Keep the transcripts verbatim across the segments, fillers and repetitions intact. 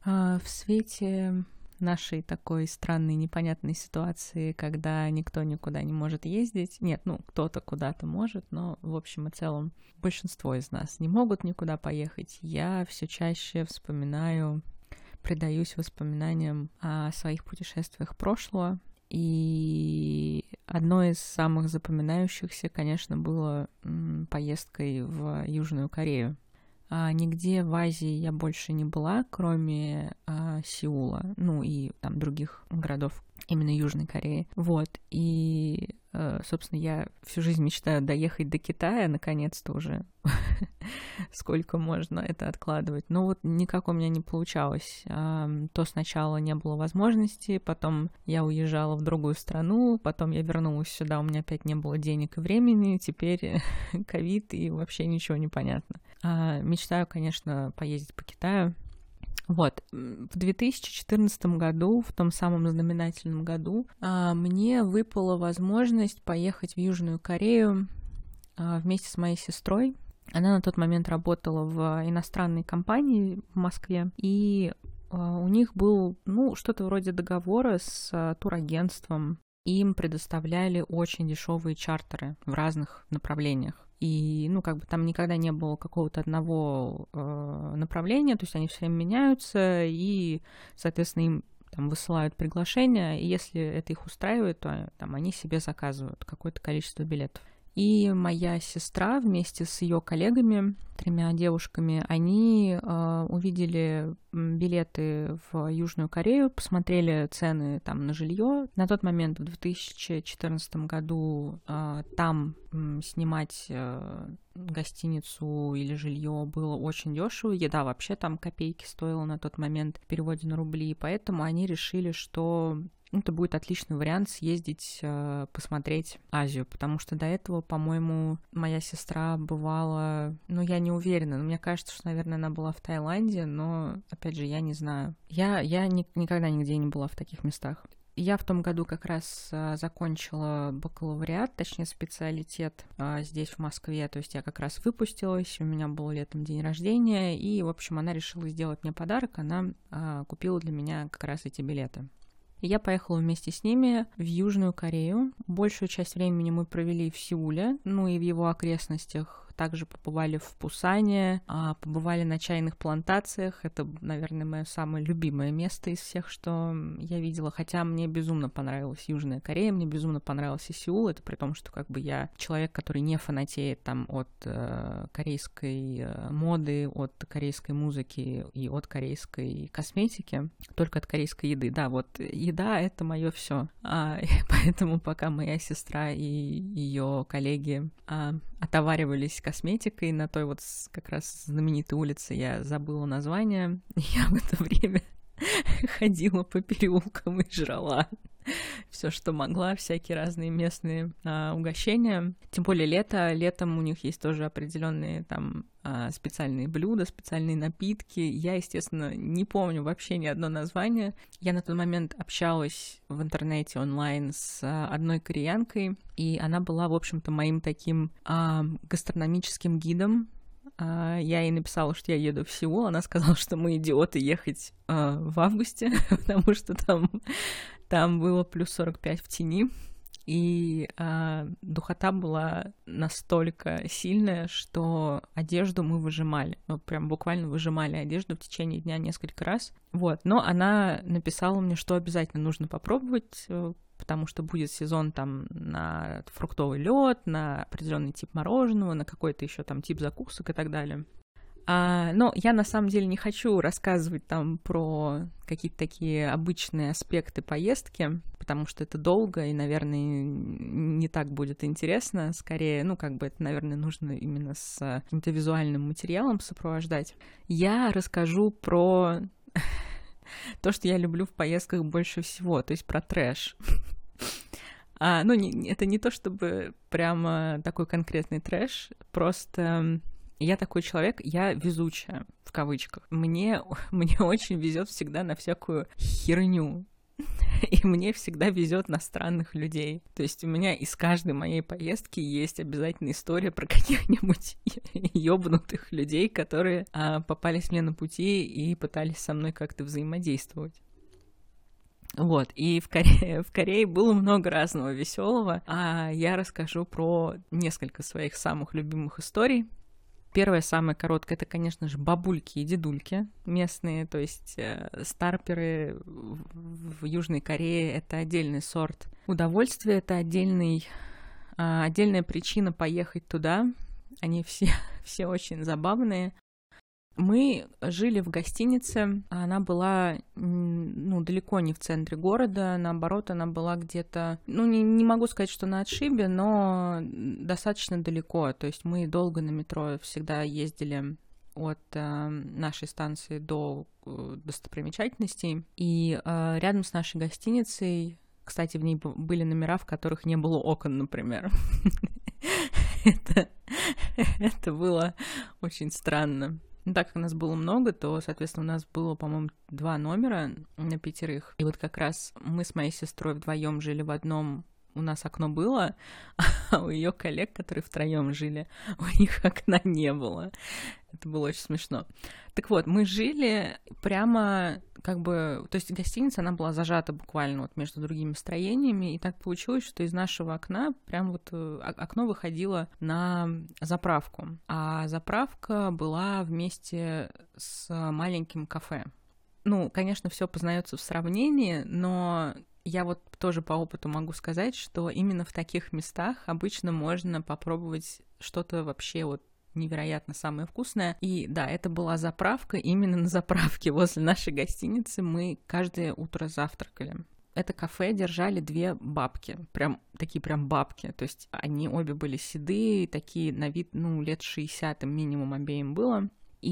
А, в свете нашей такой странной, непонятной ситуации, когда никто никуда не может ездить. Нет, ну, кто-то куда-то может, но в общем и целом большинство из нас не могут никуда поехать. Я все чаще вспоминаю, предаюсь воспоминаниям о своих путешествиях прошлого. И одно из самых запоминающихся, конечно, было м, поездкой в Южную Корею. А нигде в Азии я больше не была, кроме а, Сеула, ну и там других городов именно Южной Кореи. Вот, и, э, собственно, я всю жизнь мечтаю доехать до Китая, наконец-то уже. Сколько можно это откладывать. Но вот никак у меня не получалось. А, то сначала не было возможности, потом я уезжала в другую страну, потом я вернулась сюда, у меня опять не было денег и времени, теперь ковид и вообще ничего не понятно. А, мечтаю, конечно, поездить по Китаю. Вот, в две тысячи четырнадцатом году, в том самом знаменательном году, а, мне выпала возможность поехать в Южную Корею а, вместе с моей сестрой. Она на тот момент работала в иностранной компании в Москве, и а, у них был, ну, что-то вроде договора с а, турагентством. Им предоставляли очень дешевые чартеры в разных направлениях. И, ну, как бы там никогда не было какого-то одного э, направления, то есть они все время меняются, и, соответственно, им там высылают приглашения, и если это их устраивает, то там они себе заказывают какое-то количество билетов. И моя сестра вместе с ее коллегами, тремя девушками, они э, увидели билеты в Южную Корею, посмотрели цены там на жилье. На тот момент, в две тысячи четырнадцатом году, э, там э, снимать э, гостиницу или жилье было очень дешево. Еда вообще там копейки стоила на тот момент в переводе на рубли. Поэтому они решили, что это будет отличный вариант съездить, э, посмотреть Азию, потому что до этого, по-моему, моя сестра бывала, ну, я не уверена, но мне кажется, что, наверное, она была в Таиланде, но, опять же, я не знаю. Я, я ни, никогда нигде не была в таких местах. Я в том году как раз а, закончила бакалавриат, точнее специалитет а, здесь, в Москве, то есть я как раз выпустилась, у меня был летом день рождения, и, в общем, она решила сделать мне подарок, она а, купила для меня как раз эти билеты. И я поехала вместе с ними в Южную Корею. Большую часть времени мы провели в Сеуле, ну и в его окрестностях. Также побывали в Пусане, побывали на чайных плантациях. Это, наверное, мое самое любимое место из всех, что я видела. Хотя мне безумно понравилась Южная Корея, мне безумно понравился Сеул. Это при том, что как бы я человек, который не фанатеет там от э, корейской э, моды, от корейской музыки и от корейской косметики, только от корейской еды. Да, вот еда — это мое все. А, поэтому пока моя сестра и ее коллеги а, отоваривались косметикой на той вот как раз знаменитой улице, я забыла название, я в это время ходила по переулкам и жрала все, что могла, всякие разные местные а, угощения. Тем более лето, летом у них есть тоже определенные там а, специальные блюда, специальные напитки. Я, естественно, не помню вообще ни одно название. Я на тот момент общалась в интернете онлайн с а, одной кореянкой, и она была, в общем-то, моим таким а, гастрономическим гидом. Uh, я ей написала, что я еду в Сеул, она сказала, что мы идиоты ехать uh, в августе, потому что там, там было плюс сорок пять в тени, и uh, духота была настолько сильная, что одежду мы выжимали, ну, прям буквально выжимали одежду в течение дня несколько раз, вот, но она написала мне, что обязательно нужно попробовать, потому что будет сезон там на фруктовый лед, на определенный тип мороженого, на какой-то еще там тип закусок и так далее. А, но я на самом деле не хочу рассказывать там про какие-то такие обычные аспекты поездки, потому что это долго и, наверное, не так будет интересно. Скорее, ну, как бы это, наверное, нужно именно с каким-то визуальным материалом сопровождать. Я расскажу про то, что я люблю в поездках больше всего, то есть про трэш. А, ну, не, это не то чтобы прямо такой конкретный трэш, просто я такой человек, я везучая, в кавычках. Мне, мне очень везет всегда на всякую херню. и мне всегда везет на странных людей. То есть у меня из каждой моей поездки есть обязательно история про каких-нибудь ёбнутых людей, которые а, попались мне на пути и пытались со мной как-то взаимодействовать. Вот, и в Корее, в Корее было много разного веселого, а я расскажу про несколько своих самых любимых историй. Первая, самая короткая, это, конечно же, бабульки и дедульки местные, то есть э, старперы в, в Южной Корее — это отдельный сорт удовольствия, это отдельный, э, отдельная причина поехать туда. Они все, все очень забавные. Мы жили в гостинице, она была, ну, далеко не в центре города, наоборот, она была где-то, ну, не, не могу сказать, что на отшибе, но достаточно далеко, то есть мы долго на метро всегда ездили от э, нашей станции до э, достопримечательностей, и э, рядом с нашей гостиницей, кстати, в ней были номера, в которых не было окон, например. Это было очень странно. Ну, так как нас было много, то, соответственно, у нас было, по-моему, два номера на пятерых. И вот как раз мы с моей сестрой вдвоем жили в одном, у нас окно было, а у ее коллег, которые втроем жили, у них окна не было. Это было очень смешно. Так вот, мы жили прямо как бы... То есть гостиница, она была зажата буквально вот между другими строениями, и так получилось, что из нашего окна прям вот окно выходило на заправку. А заправка была вместе с маленьким кафе. Ну, конечно, все познается в сравнении, но я вот тоже по опыту могу сказать, что именно в таких местах обычно можно попробовать что-то вообще вот невероятно самое вкусное. И да, это была заправка. Именно на заправке возле нашей гостиницы мы каждое утро завтракали. Это кафе держали две бабки, прям такие прям бабки. То есть они обе были седые, такие на вид, ну, лет шестьдесят им минимум обеим было.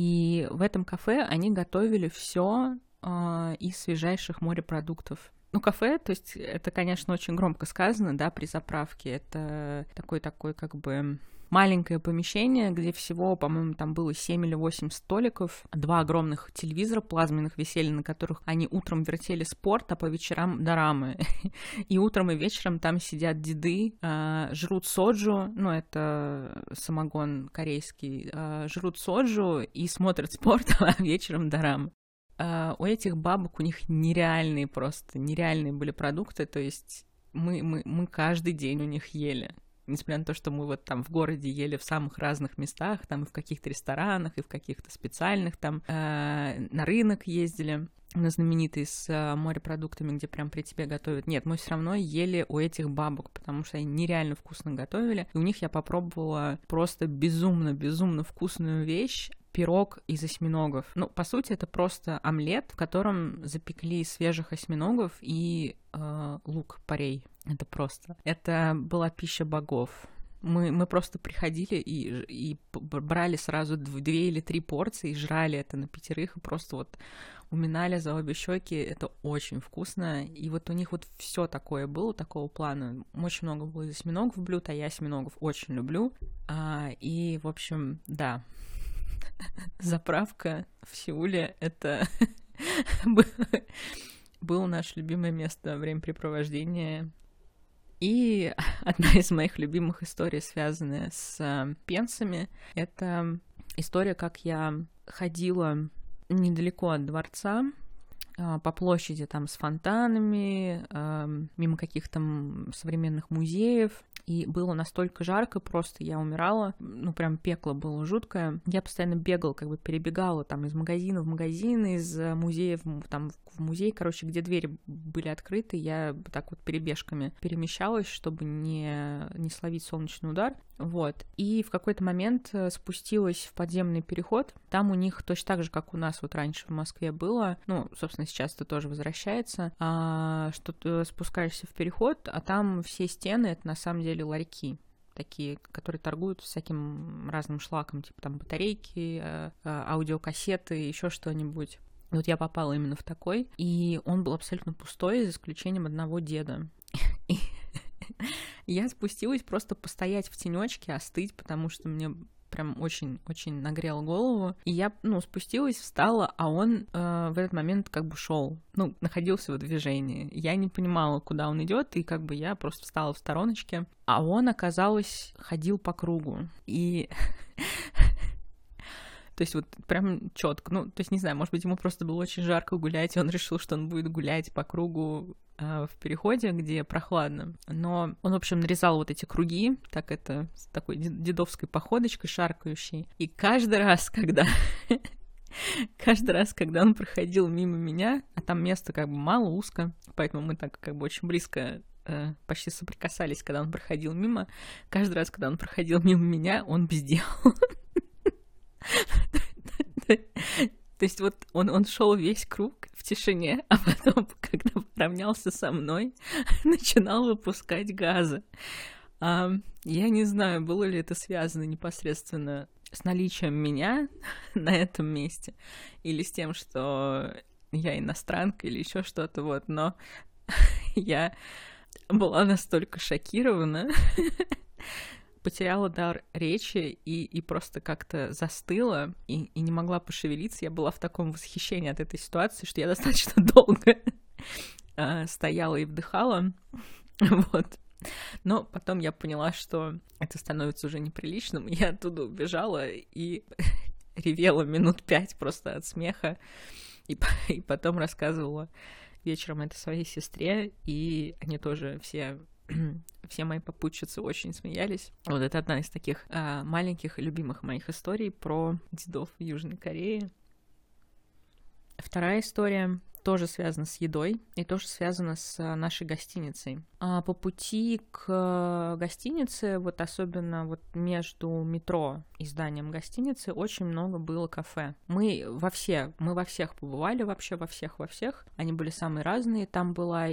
И в этом кафе они готовили все э, из свежайших морепродуктов. Ну, кафе, то есть это, конечно, очень громко сказано, да, при заправке. Это такой-такой как бы маленькое помещение, где всего, по-моему, там было семь или восемь столиков, два огромных телевизора плазменных висели, на которых они утром вертели спорт, а по вечерам дорамы. И утром и вечером там сидят деды, жрут соджу, ну, это самогон корейский, жрут соджу и смотрят спорт, а вечером дорамы. Uh, у этих бабок, у них нереальные просто, нереальные были продукты, то есть мы, мы, мы каждый день у них ели. Несмотря на то, что мы вот там в городе ели в самых разных местах, там и в каких-то ресторанах, и в каких-то специальных, там uh, на рынок ездили, на знаменитый с uh, морепродуктами, где прям при тебе готовят. Нет, мы все равно ели у этих бабок, потому что они нереально вкусно готовили. И у них я попробовала просто безумно-безумно вкусную вещь, пирог из осьминогов. Ну, по сути, это просто омлет, в котором запекли свежих осьминогов и э, лук-порей. Это просто. Это была пища богов. Мы, мы просто приходили и, и брали сразу две или три порции, и жрали это на пятерых, и просто вот уминали за обе щеки. Это очень вкусно. И вот у них вот все такое было, такого плана. Очень много было из осьминогов блюд, а я осьминогов очень люблю. А, и, в общем, да. Заправка в Сеуле — это было наше любимое место времяпрепровождения. И одна из моих любимых историй, связанная с пенсами, это история, как я ходила недалеко от дворца, по площади там с фонтанами, мимо каких-то современных музеев. И было настолько жарко, просто я умирала, ну, прям пекло было жуткое. Я постоянно бегала, как бы перебегала там из магазина в магазин, из музея в, там, в музей, короче, где двери были открыты, я так вот перебежками перемещалась, чтобы не, не словить солнечный удар. Вот. И в какой-то момент спустилась в подземный переход. Там у них точно так же, как у нас вот раньше в Москве было, ну, собственно, сейчас это тоже возвращается, а, что ты спускаешься в переход, а там все стены — это на самом деле ларьки такие, которые торгуют всяким разным шлаком, типа там батарейки, аудиокассеты, еще что-нибудь. Вот я попала именно в такой, и он был абсолютно пустой, за исключением одного деда. Я спустилась просто постоять в тенечке, остыть, потому что мне прям очень-очень нагрел голову. И я, ну, спустилась, встала, а он э, в этот момент как бы шел, ну, находился в движении. Я не понимала, куда он идет, и как бы я просто встала в стороночке, а он, оказалось, ходил по кругу. И... То есть вот прям четко, ну, то есть, не знаю, может быть, ему просто было очень жарко гулять, и он решил, что он будет гулять по кругу э, в переходе, где прохладно. Но он, в общем, нарезал вот эти круги, так это, с такой дедовской походочкой шаркающей. И каждый раз, когда... Каждый раз, когда он проходил мимо меня, а там место как бы мало, узко, поэтому мы так как бы очень близко э, почти соприкасались, когда он проходил мимо, каждый раз, когда он проходил мимо меня, он бздел. То есть вот он, он шел весь круг в тишине, а потом, когда поравнялся со мной, начинал выпускать газы. А, я не знаю, было ли это связано непосредственно с наличием меня на этом месте или с тем, что я иностранка или еще что-то, вот, но я была настолько шокирована, потеряла дар речи и, и просто как-то застыла и, и не могла пошевелиться. Я была в таком восхищении от этой ситуации, что я достаточно долго э, стояла и вдыхала. Вот. Но потом я поняла, что это становится уже неприличным. Я оттуда убежала и ревела минут пять просто от смеха. И, и потом рассказывала вечером это своей сестре, и они тоже все... Все мои попутчицы очень смеялись. Вот это одна из таких а, маленьких любимых моих историй про дедов в Южной Корее. Вторая история тоже связана с едой и тоже связана с нашей гостиницей. А по пути к гостинице, вот особенно вот между метро и зданием гостиницы, очень много было кафе. Мы во все, мы во всех побывали, вообще во всех, во всех. Они были самые разные. Там была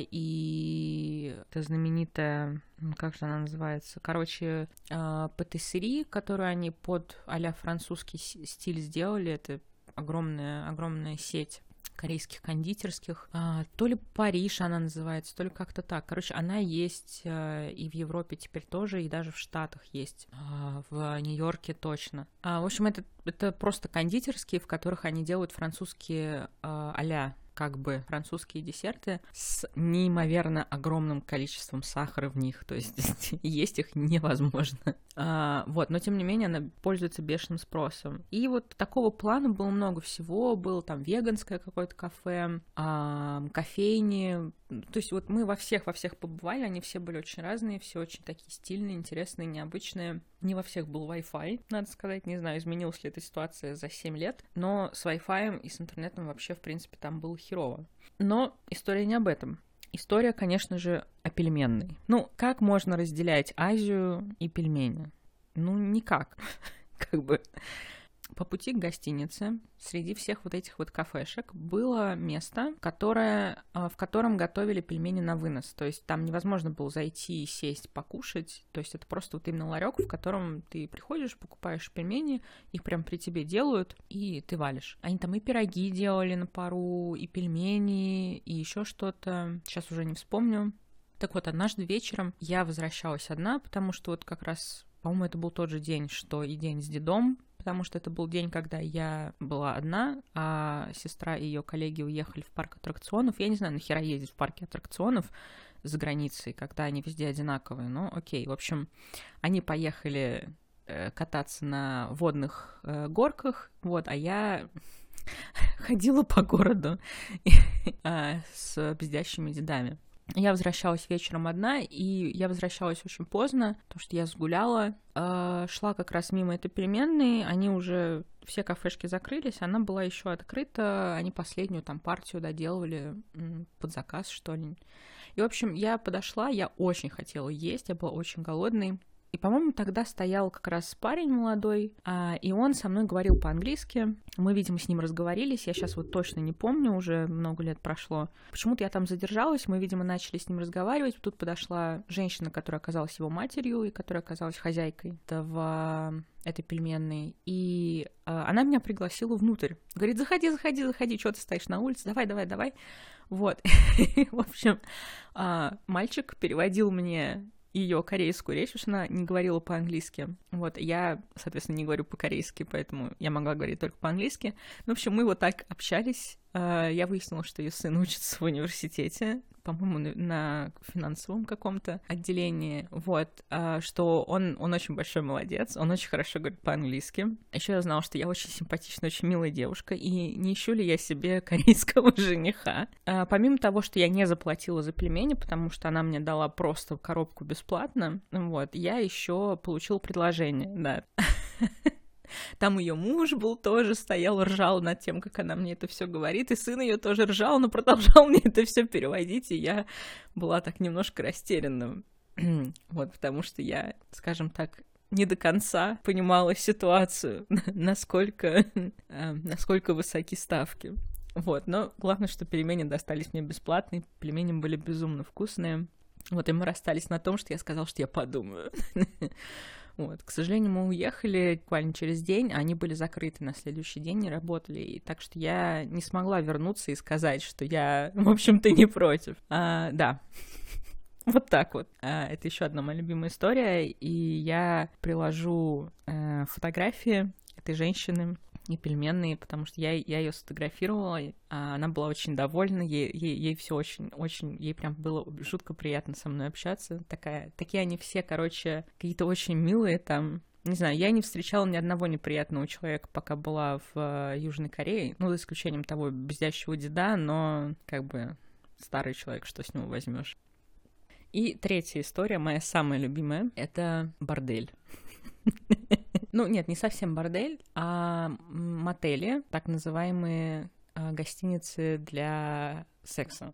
и эта знаменитая, как же она называется, короче, патиссери, которую они под а-ля французский стиль сделали. Это огромная, огромная сеть корейских кондитерских. А, то ли Париж она называется, то ли как-то так. Короче, она есть а, и в Европе теперь тоже, и даже в Штатах есть. А, в Нью-Йорке точно. А, в общем, это, это просто кондитерские, в которых они делают французские а, а-ля как бы французские десерты с неимоверно огромным количеством сахара в них, то есть есть их невозможно. А, вот, но тем не менее она пользуется бешеным спросом. И вот такого плана было много всего, было там веганское какое-то кафе, а, кофейни, то есть вот мы во всех, во всех побывали, они все были очень разные, все очень такие стильные, интересные, необычные. Не во всех был Wi-Fi, надо сказать, не знаю, изменилась ли эта ситуация за семь лет, но с Wi-Fi и с интернетом вообще, в принципе, там было херово. Но история не об этом. История, конечно же, о пельменной. Ну, как можно разделять Азию и пельмени? Ну, никак. Как бы... По пути к гостинице среди всех вот этих вот кафешек было место, которое, в котором готовили пельмени на вынос. То есть там невозможно было зайти, сесть, покушать. То есть это просто вот именно ларек, в котором ты приходишь, покупаешь пельмени, их прям при тебе делают, и ты валишь. Они там и пироги делали на пару, и пельмени, и еще что-то. Сейчас уже не вспомню. Так вот, однажды вечером я возвращалась одна, потому что вот как раз, по-моему, это был тот же день, что и день с дедом, потому что это был день, когда я была одна, а сестра и ее коллеги уехали в парк аттракционов. Я не знаю, нахера ездить в парке аттракционов за границей, когда они везде одинаковые, но окей. В общем, они поехали э, кататься на водных э, горках, вот, а я ходила по городу с бздящими дедами. Я возвращалась вечером одна, и я возвращалась очень поздно, потому что я сгуляла, э, шла как раз мимо этой пельменной, они уже, все кафешки закрылись, она была еще открыта, они последнюю там партию доделывали м, под заказ, что ли. И, в общем, я подошла, я очень хотела есть, я была очень голодной. И, по-моему, тогда стоял как раз парень молодой, а, и он со мной говорил по-английски. Мы, видимо, с ним разговорились, я сейчас вот точно не помню, уже много лет прошло. Почему-то я там задержалась, мы, видимо, начали с ним разговаривать. Тут подошла женщина, которая оказалась его матерью и которая оказалась хозяйкой этого, этой пельменной. И а, она меня пригласила внутрь. Говорит, заходи, заходи, заходи, что ты стоишь на улице, давай, давай, давай. Вот. В общем, а, мальчик переводил мне ее корейскую речь, потому что она не говорила по-английски. Вот, я, соответственно, не говорю по-корейски, поэтому я могла говорить только по-английски. Ну, в общем, мы вот так общались. Я выяснила, что ее сын учится в университете, по-моему, на финансовом каком-то отделении, вот, что он, он очень большой молодец, он очень хорошо говорит по-английски. Еще я знала, что я очень симпатичная, очень милая девушка, и не ищу ли я себе корейского жениха. Помимо того, что я не заплатила за пельмени, потому что она мне дала просто коробку бесплатно, вот, я еще получила предложение, да. Там ее муж был тоже, стоял, ржал над тем, как она мне это все говорит, и сын ее тоже ржал, но продолжал мне это все переводить, и я была так немножко растеряна. Вот, потому что я, скажем так, не до конца понимала ситуацию, насколько, насколько высоки ставки. Вот, но главное, что пельмени достались мне бесплатные, пельмени были безумно вкусные. Вот, и мы расстались на том, что я сказала, что я подумаю. Вот, к сожалению, мы уехали буквально через день, а они были закрыты на следующий день, не работали, и так что я не смогла вернуться и сказать, что я, в общем-то, не против. А, да, вот так вот. А, это еще одна моя любимая история, и я приложу а, фотографии этой женщины и пельменные, потому что я, я ее сфотографировала, а она была очень довольна, ей, ей, ей все очень, очень, ей прям было жутко приятно со мной общаться. Такая, такие они все, короче, какие-то очень милые там. Не знаю, я не встречала ни одного неприятного человека, пока была в uh, Южной Корее, ну, за исключением того бездящего деда, но как бы старый человек, что с него возьмешь. И третья история, моя самая любимая, это бордель. Ну, нет, не совсем бордель, а мотели, так называемые а, гостиницы для секса.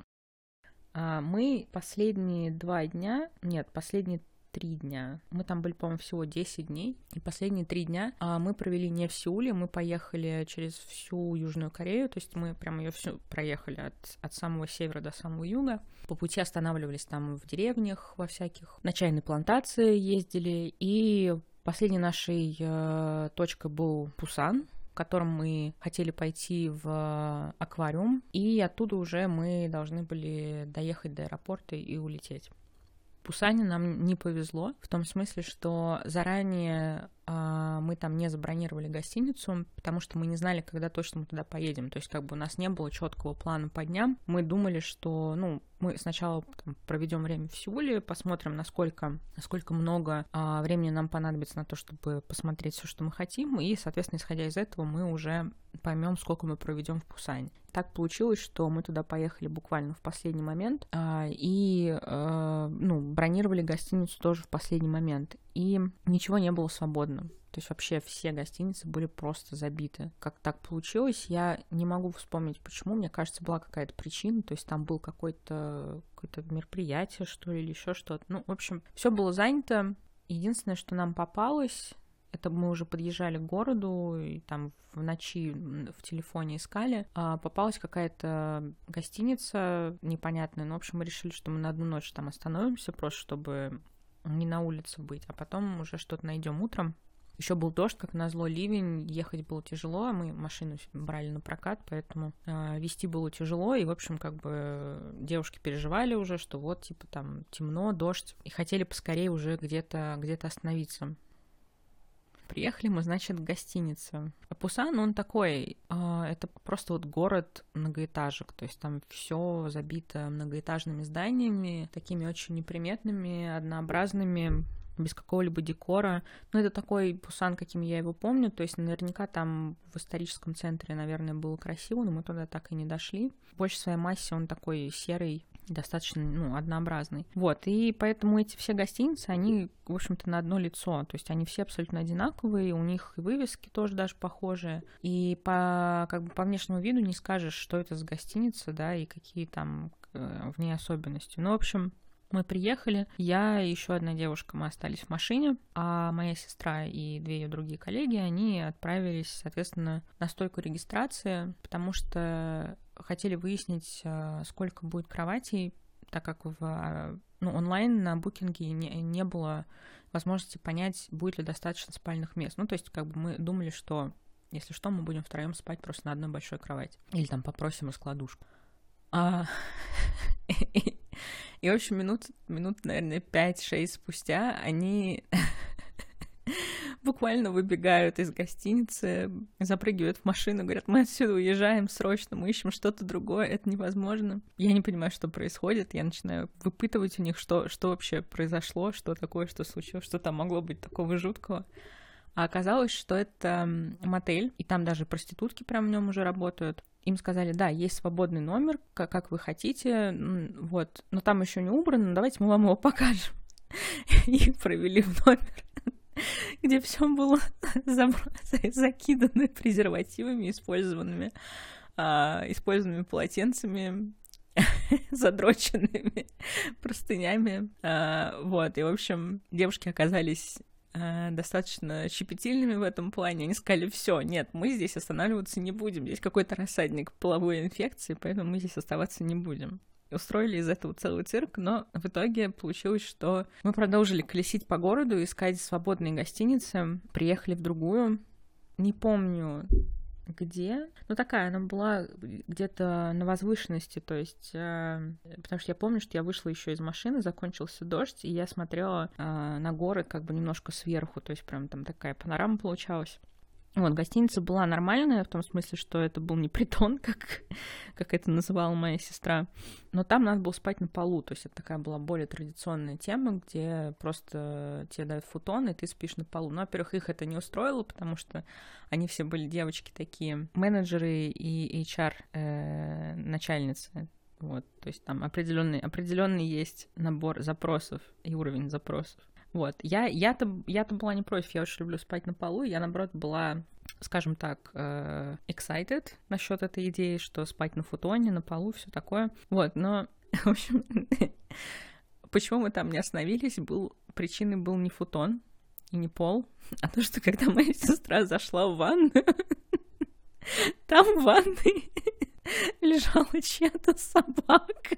А, мы последние два дня, нет, последние три дня, мы там были, по-моему, всего десять дней, и последние три дня а, мы провели не в Сеуле, мы поехали через всю Южную Корею, то есть мы прям ее всю проехали от, от самого севера до самого юга. По пути останавливались там в деревнях во всяких, на чайной плантации ездили, и последней нашей э, точкой был Пусан, в котором мы хотели пойти в аквариум, и оттуда уже мы должны были доехать до аэропорта и улететь. В Пусане нам не повезло, в том смысле, что заранее э, мы там не забронировали гостиницу, потому что мы не знали, когда точно мы туда поедем. То есть как бы у нас не было четкого плана по дням. Мы думали, что, ну, мы сначала там, проведем время в Сеуле, посмотрим, насколько, насколько много а, времени нам понадобится на то, чтобы посмотреть все, что мы хотим, и, соответственно, исходя из этого, мы уже поймем, сколько мы проведем в Пусане. Так получилось, что мы туда поехали буквально в последний момент, а, и а, ну, бронировали гостиницу тоже в последний момент, и ничего не было свободно. То есть вообще все гостиницы были просто забиты. Как так получилось, я не могу вспомнить, почему. Мне кажется, была какая-то причина. То есть там был какой-то, какое-то мероприятие, что ли, или еще что-то. Ну, в общем, все было занято. Единственное, что нам попалось, это мы уже подъезжали к городу, и там в ночи в телефоне искали. А попалась какая-то гостиница непонятная. Ну, в общем, мы решили, что мы на одну ночь там остановимся, просто чтобы не на улице быть, а потом уже что-то найдем утром. Еще был дождь, как назло, ливень, ехать было тяжело, а мы машину брали на прокат, поэтому э, везти было тяжело, и, в общем, как бы девушки переживали уже, что вот, типа, там темно, дождь, и хотели поскорее уже где-то, где-то остановиться. Приехали мы, значит, к гостинице. А Пусан, он такой, э, это просто вот город многоэтажек, то есть там все забито многоэтажными зданиями, такими очень неприметными, однообразными, без какого-либо декора. Ну, это такой Пусан, каким я его помню, то есть наверняка там в историческом центре, наверное, было красиво, но мы туда так и не дошли. В большей своей массе он такой серый, достаточно, ну, однообразный. Вот, и поэтому эти все гостиницы, они, в общем-то, на одно лицо, то есть они все абсолютно одинаковые, у них и вывески тоже даже похожие, и по, как бы, по внешнему виду не скажешь, что это за гостиница, да, и какие там в ней особенности. Ну, в общем, мы приехали, я и еще одна девушка, мы остались в машине, а моя сестра и две ее другие коллеги, они отправились, соответственно, на стойку регистрации, потому что хотели выяснить, сколько будет кроватей, так как в, ну, онлайн на букинге не, не было возможности понять, будет ли достаточно спальных мест. Ну, то есть, как бы мы думали, что, если что, мы будем втроем спать просто на одной большой кровати. Или там попросим раскладушку. А... И, в общем, минут, минут, наверное, пять-шесть спустя они буквально выбегают из гостиницы, запрыгивают в машину, говорят, мы отсюда уезжаем срочно, мы ищем что-то другое, это невозможно. Я не понимаю, что происходит, я начинаю выпытывать у них, что, что вообще произошло, что такое, что случилось, что там могло быть такого жуткого. А оказалось, что это мотель, и там даже проститутки прям в нем уже работают. Им сказали, да, есть свободный номер, как, как вы хотите, вот, но там еще не убрано, давайте мы вам его покажем. Их провели в номер, где все было закидано презервативами, использованными, а, использованными полотенцами, задроченными простынями. А, вот, и, в общем, девушки оказались а, достаточно щепетильными в этом плане. Они сказали, все, нет, мы здесь останавливаться не будем. Здесь какой-то рассадник половой инфекции, поэтому мы здесь оставаться не будем. Устроили из этого целый цирк, но в итоге получилось, что мы продолжили колесить по городу, искать свободные гостиницы, приехали в другую, не помню где, но такая она была где-то на возвышенности, то есть, э, потому что я помню, что я вышла еще из машины, закончился дождь, и я смотрела э, на горы как бы немножко сверху, то есть прям там такая панорама получалась. Вот, гостиница была нормальная, в том смысле, что это был не притон, как, как это называла моя сестра, но там надо было спать на полу, то есть это такая была более традиционная тема, где просто тебе дают футон, и ты спишь на полу. Но, во-первых, их это не устроило, потому что они все были девочки такие, менеджеры и эйч ар-начальницы. Вот, то есть там определенный, определенный есть набор запросов и уровень запросов. Вот, я, я-то, я-то была не против, я очень люблю спать на полу, я, наоборот, была, скажем так, э, excited насчет этой идеи, что спать на футоне, на полу, все такое. Вот, но, в общем, почему мы там не остановились, был, причиной был не футон и не пол, а то, что когда моя сестра зашла в ванную, там в ванной лежала чья-то собака.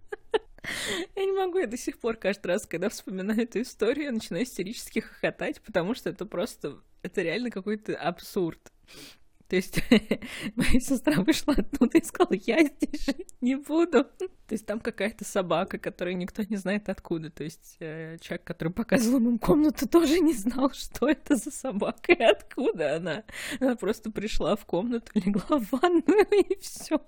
Я не могу, я до сих пор каждый раз, когда вспоминаю эту историю, я начинаю истерически хохотать, потому что это просто, это реально какой-то абсурд. То есть моя сестра вышла оттуда и сказала, я здесь жить не буду. То есть там какая-то собака, которую никто не знает откуда. То есть э, человек, который показывал нам комнату, тоже не знал, что это за собака и откуда она. Она просто пришла в комнату, легла в ванную и все.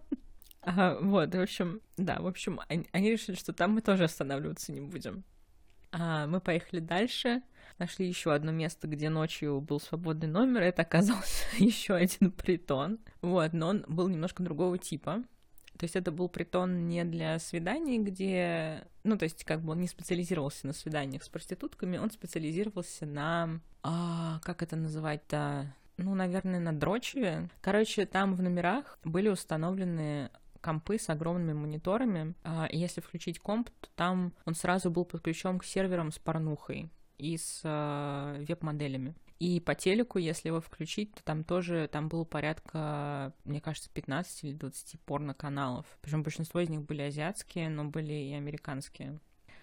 А, вот, в общем, да, в общем, они, они решили, что там мы тоже останавливаться не будем. А, мы поехали дальше, нашли еще одно место, где ночью был свободный номер, это оказался еще один притон, вот, но он был немножко другого типа. То есть это был притон не для свиданий, где... Ну, то есть как бы он не специализировался на свиданиях с проститутками, он специализировался на... А, как это называть-то? Ну, наверное, на дрочеве. Короче, там в номерах были установлены компы с огромными мониторами, и если включить комп, то там он сразу был подключен к серверам с порнухой и с э, веб-моделями. И по телеку, если его включить, то там тоже там было порядка, мне кажется, пятнадцать или двадцать порно-каналов. Причем большинство из них были азиатские, но были и американские.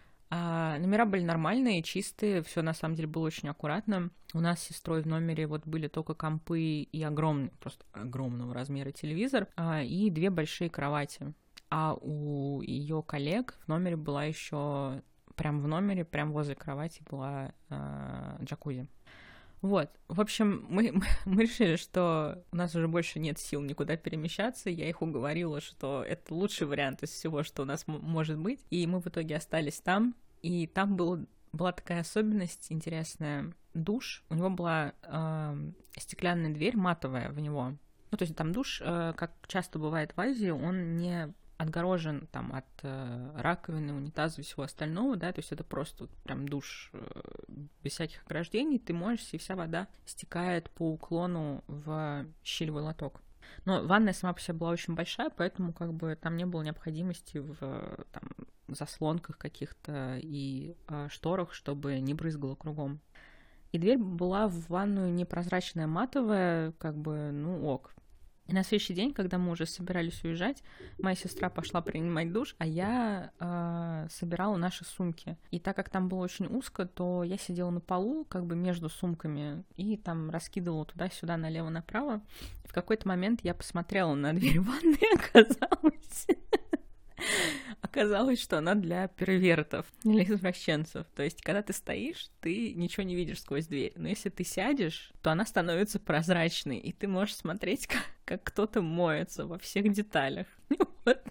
А номера были нормальные, чистые, все на самом деле было очень аккуратно. У нас с сестрой в номере вот были только компы и огромный, просто огромного размера телевизор, а, и две большие кровати. А у ее коллег в номере была еще прям в номере, прям возле кровати была а, джакузи. Вот, в общем, мы, мы, мы решили, что у нас уже больше нет сил никуда перемещаться. Я их уговорила, что это лучший вариант из всего, что у нас м- может быть. И мы в итоге остались там. И там был, была такая особенность интересная. Душ. У него была э, стеклянная дверь, матовая в него. Ну, то есть там душ, э, как часто бывает в Азии, он не отгорожен там от э, раковины, унитаза и всего остального, да, то есть это просто вот, прям душ э, без всяких ограждений, ты моешься, и вся вода стекает по уклону в щелевой лоток. Но ванная сама по себе была очень большая, поэтому как бы там не было необходимости в там, заслонках каких-то и э, шторах, чтобы не брызгало кругом. И дверь была в ванную непрозрачная, матовая, как бы, ну ок. И на следующий день, когда мы уже собирались уезжать, моя сестра пошла принимать душ, а я э, собирала наши сумки. И так как там было очень узко, то я сидела на полу, как бы между сумками, и там раскидывала туда-сюда, налево-направо. И в какой-то момент я посмотрела на дверь ванной, и оказалось... оказалось, что она для первертов, для извращенцев. То есть, когда ты стоишь, ты ничего не видишь сквозь дверь. Но если ты сядешь, то она становится прозрачной, и ты можешь смотреть, как, как кто-то моется во всех деталях. Вот.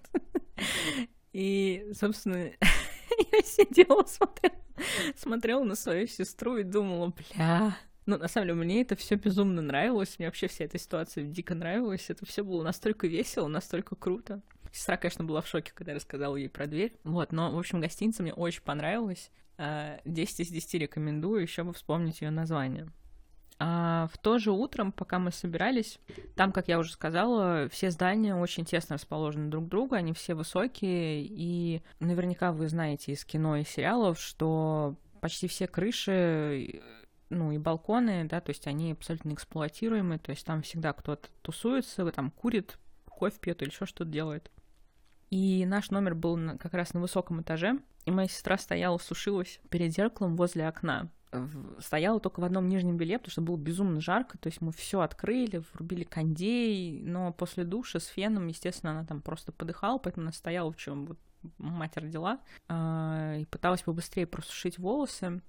И, собственно, я сидела, смотрела, смотрела на свою сестру и думала, бля... Ну, на самом деле, мне это все безумно нравилось, мне вообще вся эта ситуация дико нравилась, это все было настолько весело, настолько круто. Сестра, конечно, была в шоке, когда я рассказала ей про дверь. Вот, но, в общем, гостиница мне очень понравилась. десять из десяти рекомендую, еще бы вспомнить ее название. А в то же утро, пока мы собирались, там, как я уже сказала, все здания очень тесно расположены друг к другу, они все высокие, и наверняка вы знаете из кино и сериалов, что почти все крыши, ну, и балконы, да, то есть они абсолютно эксплуатируемые, то есть там всегда кто-то тусуется, там курит, кофе пьет или еще что-то делает. И наш номер был на, как раз на высоком этаже, и моя сестра стояла, сушилась перед зеркалом возле окна. В, стояла только в одном нижнем белье, потому что было безумно жарко, то есть мы все открыли, врубили кондей, но после душа с феном, естественно, она там просто подыхала, поэтому она стояла, в чем вот мать родила, и пыталась побыстрее просушить волосы.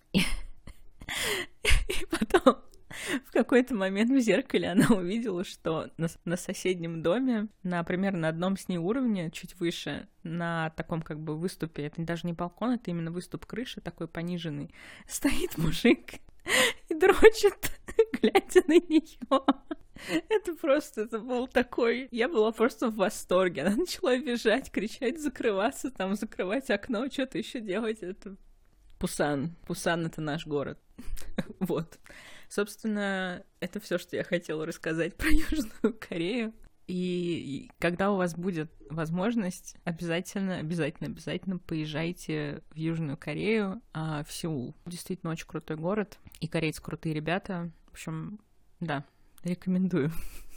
И потом в какой-то момент в зеркале она увидела, что на, на соседнем доме, на примерно на одном с ней уровне, чуть выше, на таком как бы выступе, это даже не балкон, это именно выступ крыши, такой пониженный, стоит мужик и дрочит, глядя на нее. Это просто, это был такой... Я была просто в восторге. Она начала бежать, кричать, закрываться, там, закрывать окно, что-то еще делать. Это... Пусан. Пусан — это наш город. Вот. Собственно, это все, что я хотела рассказать про Южную Корею. И когда у вас будет возможность, обязательно, обязательно, обязательно поезжайте в Южную Корею, а, в Сеул. Действительно очень крутой город, и корейцы крутые ребята. В общем, да, рекомендую.